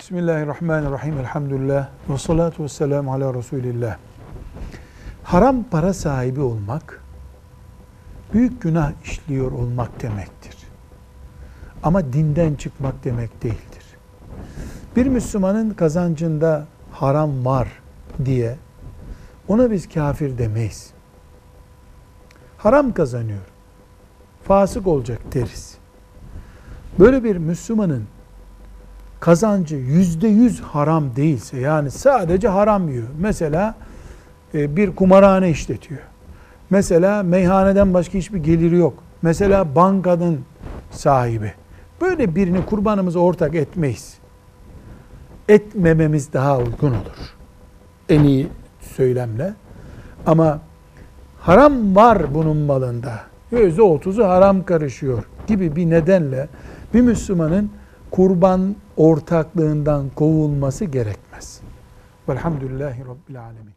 Bismillahirrahmanirrahim. Elhamdülillah. Ve salatu ve selamu ala Resulillah. Haram para sahibi olmak, büyük günah işliyor olmak demektir. Ama dinden çıkmak demek değildir. Bir Müslümanın kazancında haram var diye ona biz kafir demeyiz. Haram kazanıyor, fasık olacak deriz. Böyle bir Müslümanın kazancı %100 haram değilse, yani sadece haram yiyor. Mesela bir kumarhane işletiyor. Mesela meyhaneden başka hiçbir geliri yok. Mesela bankanın sahibi. Böyle birini kurbanımıza ortak etmeyiz. Etmememiz daha uygun olur. En iyi söylemle. Ama haram var bunun malında, %30'u haram karışıyor gibi bir nedenle bir Müslümanın kurban ortaklığından kovulması gerekmez. Velhamdülillahi Rabbil Alemin.